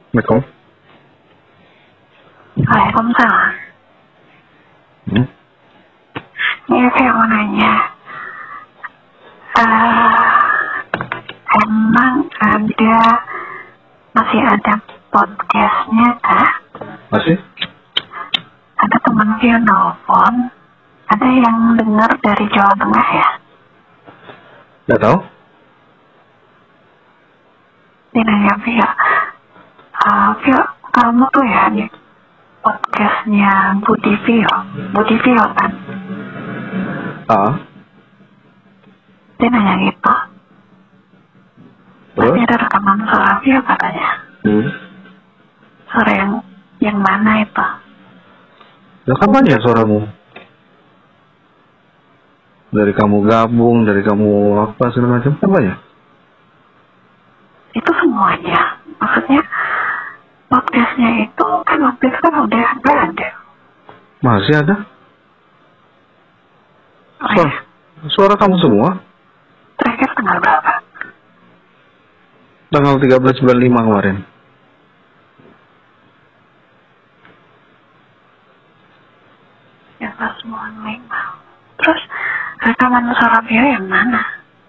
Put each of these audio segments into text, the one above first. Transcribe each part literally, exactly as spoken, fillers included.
Assalamualaikum. Waalaikumsalam. Hmm? Ini saya mau nanya, uh, emang ada, masih ada podcastnya kah? Masih? Ada teman dia nelfon, ada yang dengar dari Jawa Tengah ya? Gak tahu? Dia nanya, Vio, uh, Vio, kamu tuh ya di podcastnya Budi Vio, Budi Vio kan? Ah. Dia nanya gitu. Terus? Tapi ada rekaman suara Vio katanya. Hmm. Suara yang, yang mana itu? Ya kapan ya suaramu? Dari kamu gabung, dari kamu apa segala macam, kapan ya? Itu semuanya. Maksudnya podcastnya itu kan waktu itu kan udah nggak ada. Masih ada? Oh Suara, ya, suara kamu semua? terakhir tanggal berapa? Tanggal tiga belas bulan lima kemarin. Ya pas bulan lima. Terus rekaman suara Vio yang mana?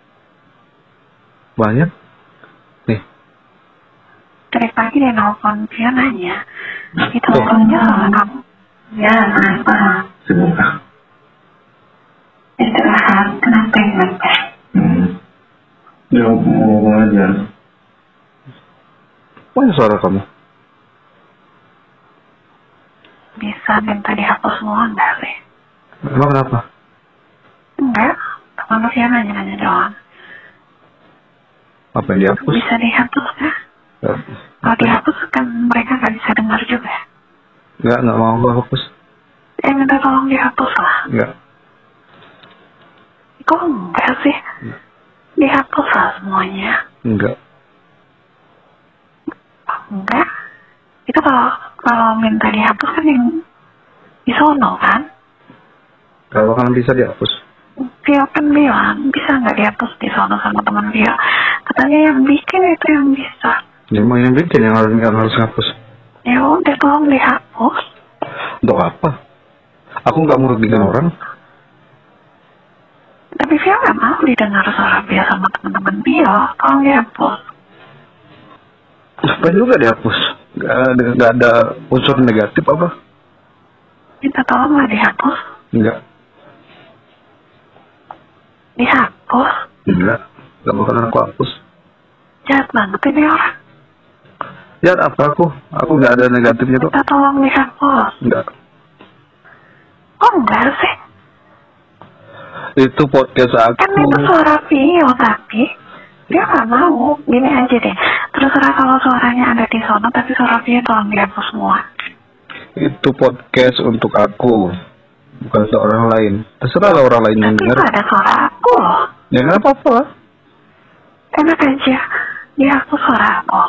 Banyak? Nih. Dari pagi dia nelfon Vio nanya. Itu Tuh. nelfonnya suara kamu. Ya, kenapa? Sibuk ah? Istirahat, kenapa yang Hmm. Ya, ngomong aja. Mana suara kamu? bisa minta dihapus semua enggak sih? Emang kenapa? Enggak, manusia nanya-nanya doang. Apa yang dihapus? Bisa dihapus kah? Ya. Kalau dihapus kan mereka nggak bisa dengar juga. Enggak, enggak mau gua hapus. Eh minta tolong dihapus lah. Enggak. Kok enggak sih? Dihapus lah semuanya. Enggak. Enggak. Itu kalau kalau minta dihapus kan yang di sono kan? Kalau kan bisa dihapus. Vio kan bilang bisa nggak dihapus di sono sama teman Vio. Katanya yang bikin itu yang bisa. Ya mau yang bikin yang harus yang harus ngapus. Ya udah tolong dihapus. Untuk apa? Aku nggak merugikan orang. Tapi Vio nggak mau didengar suara Vio sama teman-teman Vio. Tolong dihapus. Apa juga dihapus? Gak ada, gak ada unsur negatif apa? Minta tolong lah dihapus. Enggak. Dihapus? Enggak. Gak bakalan aku hapus. Jahat banget ini orang. Ya apa aku? Aku gak ada negatifnya kok. Minta tolong dihapus. Enggak. Oh enggak sih? Itu podcast aku. Kan itu suara Vio tapi dia nggak mau. Gini aja deh. Terserah kalau suaranya ada di sono tapi suara Vio tolong dihapus semua. Itu podcast untuk aku. Bukan untuk orang lain. Terserah lah orang lain yang Tapi denger. itu ada suara aku loh. Ya gak apa-apa. Enak aja. Dihapus suara aku.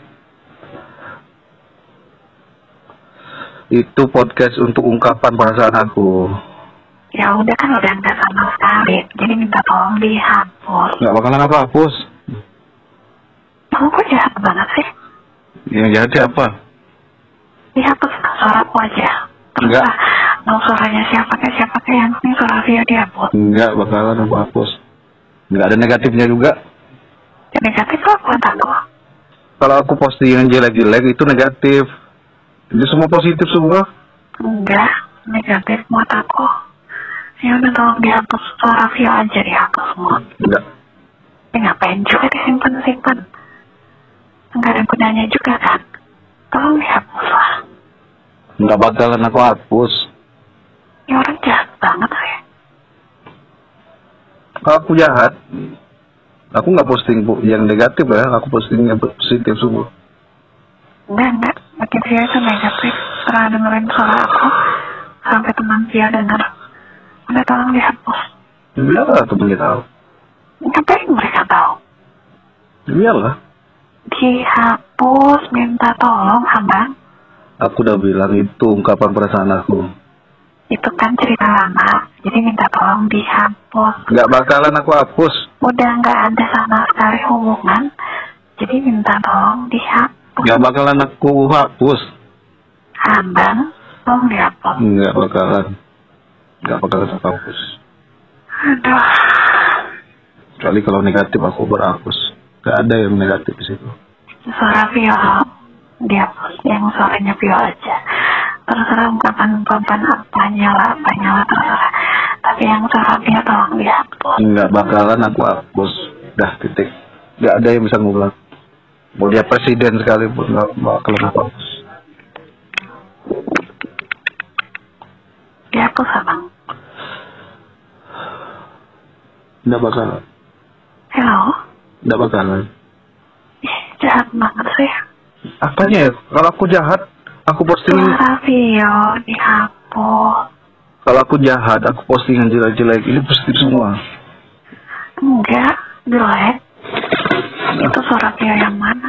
Itu podcast untuk ungkapan perasaan aku. Ya udah kan udah enggak sama sekali. Jadi minta tolong dihapus. Gak bakalan aku hapus. Kamu kok jahat banget sih? Yang jadi apa? Dihapus suara aku aja. Enggak. Terserah mau suaranya siapa kayak siapa kayak yang penting suara Vio dihapus. Enggak bakalan aku hapus. Enggak ada negatifnya juga. Yang negatif kok buat aku. Kalau aku posting yang jelek-jelek itu negatif. Itu semua positif semua. Enggak, negatif buat aku. Ya udah tolong dihapus suara Vio aja dihapus semua. Enggak. Ya ngapain juga disimpan-simpan. Enggak ada gunanya juga kan. Tolong dihapus lah. Enggak bakalan aku hapus. Ya orang jahat banget sih. Kalau aku jahat, aku nggak posting bu yang negatif ya. Aku posting yang positif semua. Enggak, enggak. Makin Vio itu negatif. Setelah dengerin suara aku, sampai teman Vio denger. Udah tolong dihapus. Biarlah temen kita tahu. Ngapain mereka tahu? Biarlah. Dihapus, minta tolong, abang. Aku udah bilang itu ungkapan perasaan aku. Itu kan cerita lama, jadi minta tolong dihapus. Nggak bakalan aku hapus. Udah nggak ada sama sekali hubungan, jadi minta tolong dihapus. Gak bakalan aku hapus. Abang, tolong dihapus. Gak bakalan. Gak bakalan aku hapus. Aduh. Kecuali kalau negatif aku berhapus. Gak ada yang negatif di situ. Suara Vio dihapus, yang suaranya Vio aja. Terserah ungkapan-ungkapan apanya lah, apanya lah terserah. Tapi yang suara Vio tolong dihapus. Gak bakalan aku hapus. Dah titik. Gak ada yang bisa ngulang. Mau dia presiden sekalipun gak bakalan aku hapus. Dihapus abang. Gak bakalan. Halo. Gak bakalan. Ih, jahat banget sih. Apanya ya? Kalau aku jahat, aku posting. Suara Vio dihapus. Kalau aku jahat, aku postingan jelek-jelek. Ini positif semua. Enggak, jelek. Itu suara Vio yang mana?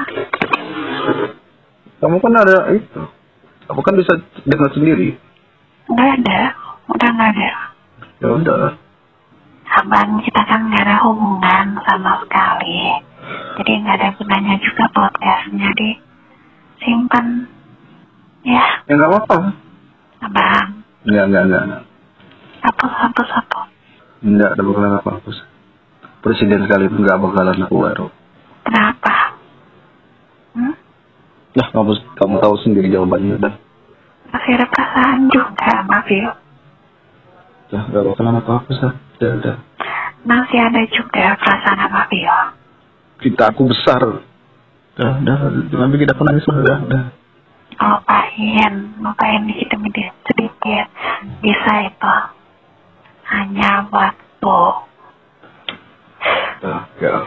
Kamu kan ada itu. Kamu kan bisa dengar sendiri. Enggak ada, udah enggak ada. Ya udah. Abang, kita kan nggak ada hubungan sama sekali. Jadi nggak ada gunanya juga podcastnya disimpan. Ya, Ya nggak apa-apa. abang. Nggak, nggak, nggak. Hapus, hapus, hapus. Nggak ada bakalan aku hapus. Presiden sekalipun nggak bakalan aku baru. Kenapa? Hmm? Nah, kamu, kamu tahu sendiri jawabannya udah. Masih ada perasaan juga sama Vio. Ya, nggak bakalan aku hapus lah. Udah, udah. Masih ada juga perasaan sama Vio. Kita aku besar. Udah, udah. Jangan bikin aku nangis lah. Udah, udah. Lupain, lupain dikit demi sedikit. Bisa itu. Hanya waktu. Udah, ya.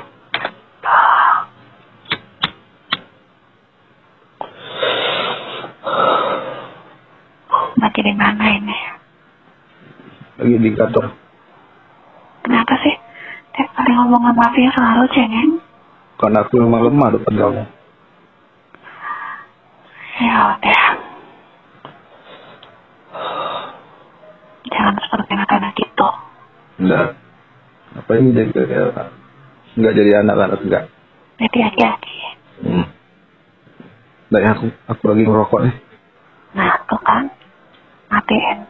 Masih di mana ini? Lagi di kantor. Kenapa sih? Tiap kali ngomong sama Vio selalu cengeng. Karena aku memang lemah depan kamu. Ya udah. Jangan seperti anak-anak itu. Enggak. Apa ini jadi kayak enggak jadi anak-anak enggak. Jadi hati-hati. Hmm. Nah, ya, aku aku lagi ngerokok nih. Nah, tuh kan. Matiin.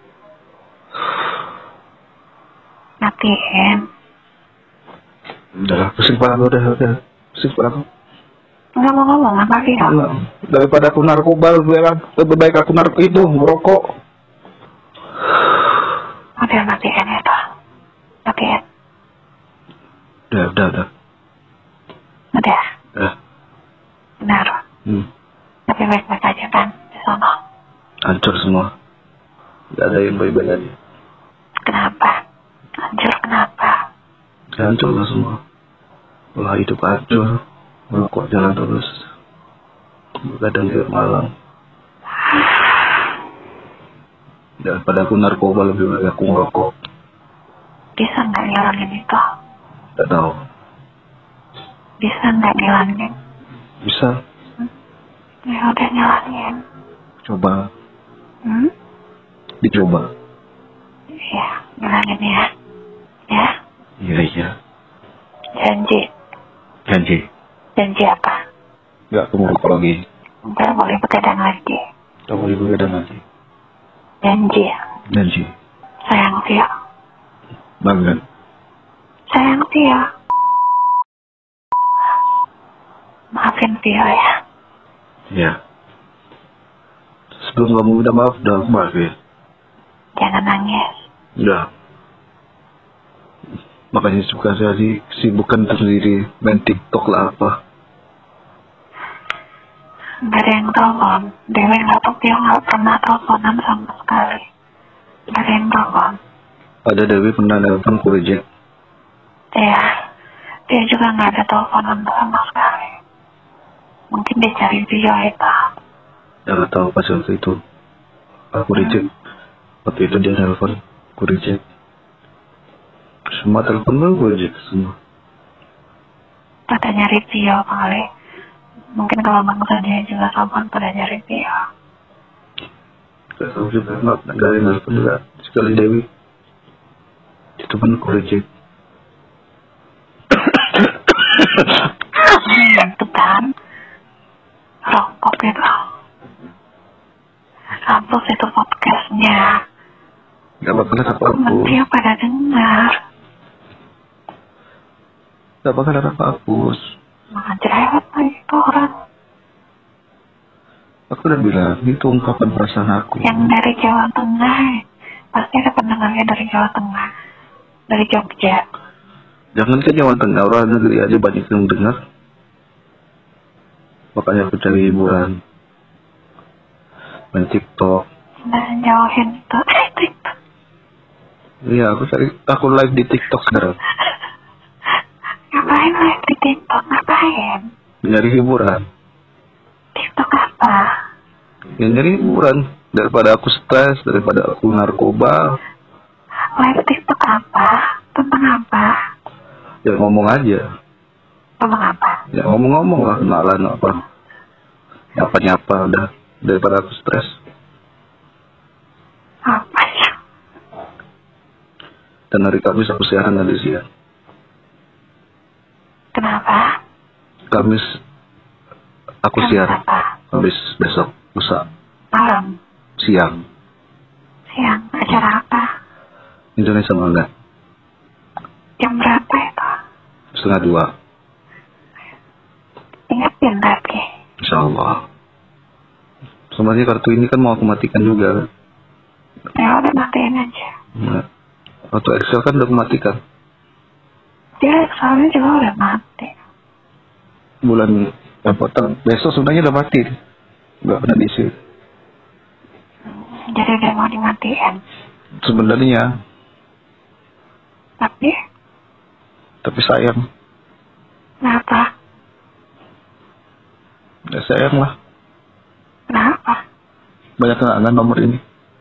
Matiin. Udah lah, pusing kepala aku, udah, udah. Pusing kepala aku. Nggak mau ngomong sama Vio. Nah, daripada aku narkoba, lebih baik aku narko itu, ngerokok. Udah matiin itu. Matiin. Udah, udah, udah. Udah. Udah. Benar. Hmm. Tapi baik-baik aja kan di sana. Hancur semua. Gak ada yang baik-baik lagi. Kenapa? Hancur kenapa? Hancur lah semua. Wah, hidup hancur. Merokok jalan terus. Kadang tiap malam. Daripada aku narkoba, lebih baik aku ngerokok. Bisa nggak ngilangin itu? Gak tahu. Bisa nggak ngilangin? Bisa. Ya udah ngilangin. Coba. Hmm? Dicoba. Iya, ngilangin ya. Ya? Iya, iya. Janji. Janji. Janji apa? Gak aku ngerokok lagi. Nggak boleh begadang lagi. Gak boleh begadang lagi. Janji ya. Janji. Sayang Vio. Banget. Sayang Vio. Maafin Vio ya. Iya. Sebelum kamu minta maaf, udah aku maaf ya. Jangan nangis. Udah. Makanya suka saya sih kesibukan sendiri, main TikTok lah apa. Nggak ada yang telepon. Dewi nggak tahu, dia nggak pernah teleponan sama sekali. Nggak ada yang telepon. Ada Dewi pernah nelfon ku reject. Iya, dia juga nggak ada teleponan sama sekali. Mungkin dia cari Vio itu. Ya gak tahu pas waktu itu aku reject. Waktu itu dia nelfon, ku reject. Semua telepon aku reject semua. Pada nyari Vio kali. Mungkin kalau bangsa dia juga telepon pada nyari Vio. Gak tahu juga, gak, gak ada yang nelfon juga. Sekali Dewi itu pun aku reject. Hmm, itu kan. rokok gitu. Hapus itu podcastnya. Gak bakal ada apa-apa. Menteri pada dengar. Gak bakal ada apa-hapus. Makan cerewet lagi itu orang. Aku udah bilang, itu ungkapan perasaan aku. Yang dari Jawa Tengah. Pasti ada pendengarnya dari Jawa Tengah. Dari Jogja. Jangan ke Jawa Tengah, orang negeri aja banyak yang dengar. Makanya aku cari hiburan. Main TikTok. Nah, jauhin itu. TikTok. Iya, aku cari, aku live di TikTok sekarang. Ngapain live di TikTok? Ngapain? Nyari hiburan. TikTok apa? Ya nyari hiburan. Daripada aku stres, daripada aku narkoba. Live TikTok apa? Tentang apa? Ya ngomong aja. Tentang apa? Ya ngomong-ngomong lah, kenalan apa. Nyapa-nyapa udah. Daripada aku stres. Apa ya? Dan hari Kamis aku siaran dari siang. Kenapa? Kamis aku Kamis siaran. apa? Kamis besok, lusa. Malam? Siang. Siang? Acara apa? Indonesia Bangga. Jam berapa itu? Setengah dua. Ingetin tapi. Insya Allah. Sebenarnya kartu ini kan mau aku matikan juga. Ya udah matiin aja. Nah, kartu Excel kan udah aku matikan. Dia soalnya juga udah mati. Bulan apa? Besok sebenarnya udah mati. Gak pernah diisi. Jadi udah mau dimatiin. Sebenarnya. Tapi? Tapi sayang. Kenapa? Ya sayang lah. Kenapa? Banyak kenangan nomor ini.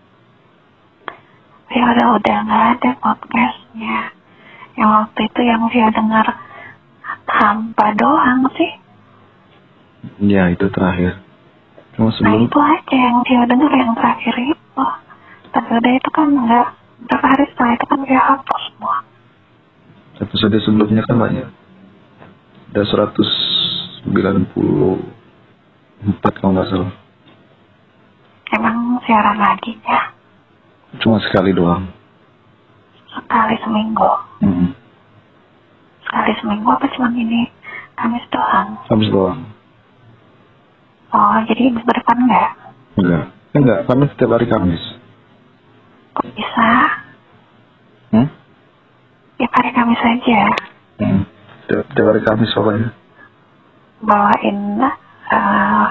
Ya udah udah nggak ada podcastnya. Yang waktu itu yang dia dengar hampa doang sih. Ya itu terakhir. Cuma Nah sebelum. itu aja yang dia dengar yang terakhir itu. Tapi udah itu kan nggak, berapa hari setelah itu kan dia hapus semua. Episode sebelumnya kan banyak. Ada seratus sembilan puluh empat kalau nggak salah. Emang siaran lagi ya? Cuma sekali doang. Sekali seminggu. Hmm. Sekali seminggu apa cuma ini Kamis doang? Kamis doang. Oh jadi minggu depan enggak? Enggak. Enggak, Kamis setiap hari Kamis. Kok bisa? Hmm? Tiap hari Kamis aja. Hmm. Setiap, setiap hari Kamis pokoknya. Bawain uh,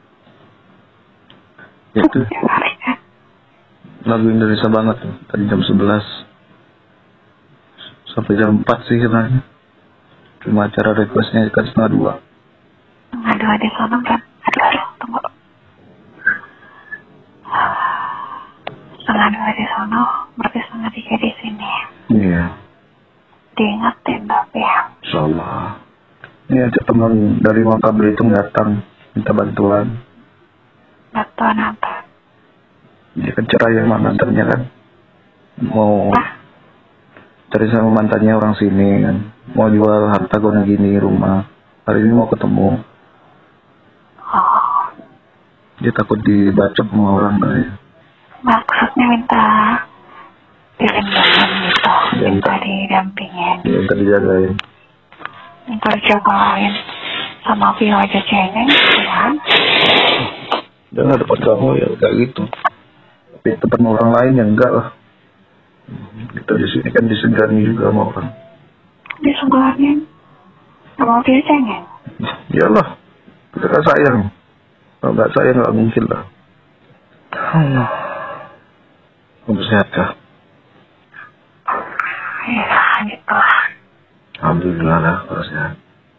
Ya itu. tiap hari ya. Lagu Indonesia banget tuh. Tadi jam sebelas sampai jam empat sih sebenarnya. Cuma acara requestnya kan setengah dua. Setengah dua di sana kan? Aduh, aduh, tunggu. Setengah dua di sana, berarti setengah tiga di sini. Iya. Diingetin tapi ya. Insyaallah. Ini aja teman dari Bangka Belitung datang minta bantuan. Bantuan apa? Dia kan cerai sama mantannya kan. Mau Hah? cari sama mantannya orang sini kan. Mau jual harta gona gini rumah. Hari ini mau ketemu. Oh, Dia takut dibacok sama orang lain. maksudnya minta dilindungi gitu. Ya, Minta didampingin. Dia minta dijagain. Minta dijagain sama Vio aja cengeng, kan? Dia nggak dapat kamu ya kayak gitu. Tapi ketemu orang lain ya enggak lah. Kita di sini kan disegani juga sama orang. Disegani sama Vio cengeng. Iyalah, kita kan sayang. Kalau nggak sayang nggak mungkin lah. Allah. Untuk sehat kah? Ya, gitu lah. Alhamdulillah lah kalau sehat.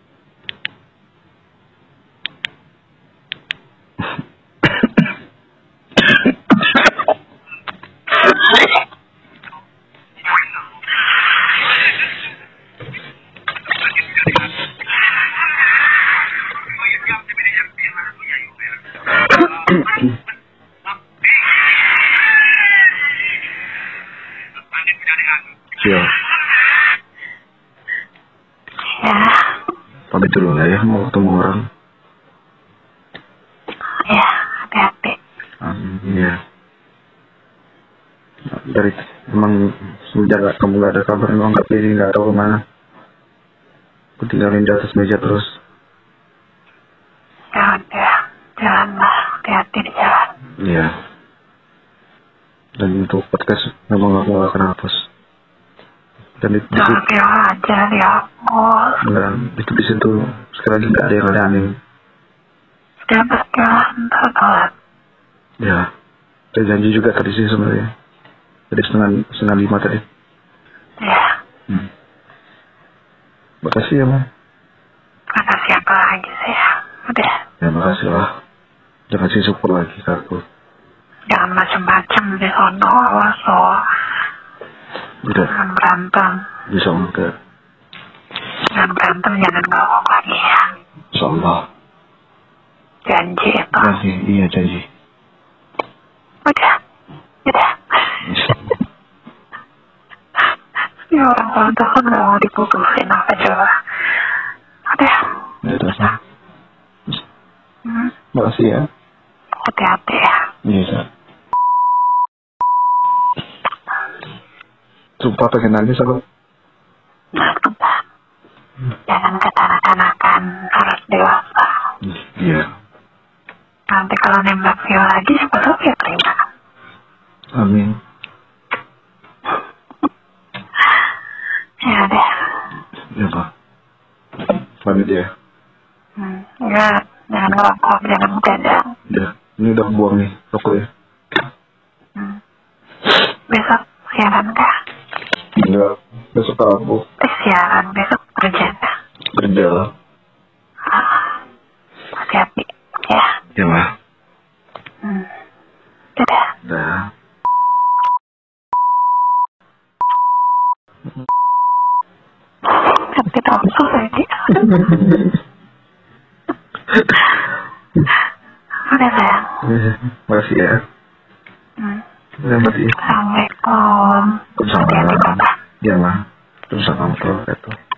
Siap. Ya, Pamit dulu lah ya, mau ketemu orang. Iya. Dari emang semenjak kamu gak ada kabar, emang gak pilih, gak tahu kemana. Aku tinggalin di atas meja terus. Ya udah, jalan lah, hati-hati di jalan. Iya. Dan untuk podcast memang aku gak akan hapus. Dan itu Jangan bilang aja dihapus. dan itu di situ sekali lagi gak ada yang aneh. Dia pasti lah, ntar telat. Ya. Saya janji juga tadi sih sebenarnya. Tadi setengah setengah lima tadi. Ya, Hmm. Makasih ya, Mam. makasih apa lagi sih? Udah, Ya makasih lah. Jangan sih syukur lagi ke aku. jangan macem-macem di sono, awas loh. Udah. Jangan berantem. Bisa enggak? Jangan berantem, jangan ngomong lagi ya. Insyaallah. Janji itu. Janji, iya janji. Udah, udah. Ya orang tua tuh kan gak mau diputusin apa coba. Udah. Udah, Sa. Hmm, Makasih ya. hati-hati ya. Iya, Sa. Sumpah pengen nangis aku. Sumpah. Jangan kekanak-kanakan, harus dewasa. Iya. Nanti kalau nembak Vio lagi, siapa tahu dia terima. Amin. Ya deh. Ya, Pak. Pamit ya. Hmm, enggak, jangan ngerokok, jangan cadang. Ya, ini udah buang nih rokok ya. Hmm. Besok siaran kah? Enggak, besok aku Eh, siaran, besok kerja kah? kerja lah. Ah, hati-hati, ya. Ya, Pak. Hmm. Dadah. Dah. Tapi langsung lagi. Udah sayang. Makasih ya. Hmm. Selamat ya. Assalamualaikum. Waalaikumsalam. Hati-hati, Papa. Ya, Ma. Waalaikumsalam warahmatullahi wabarakatuh.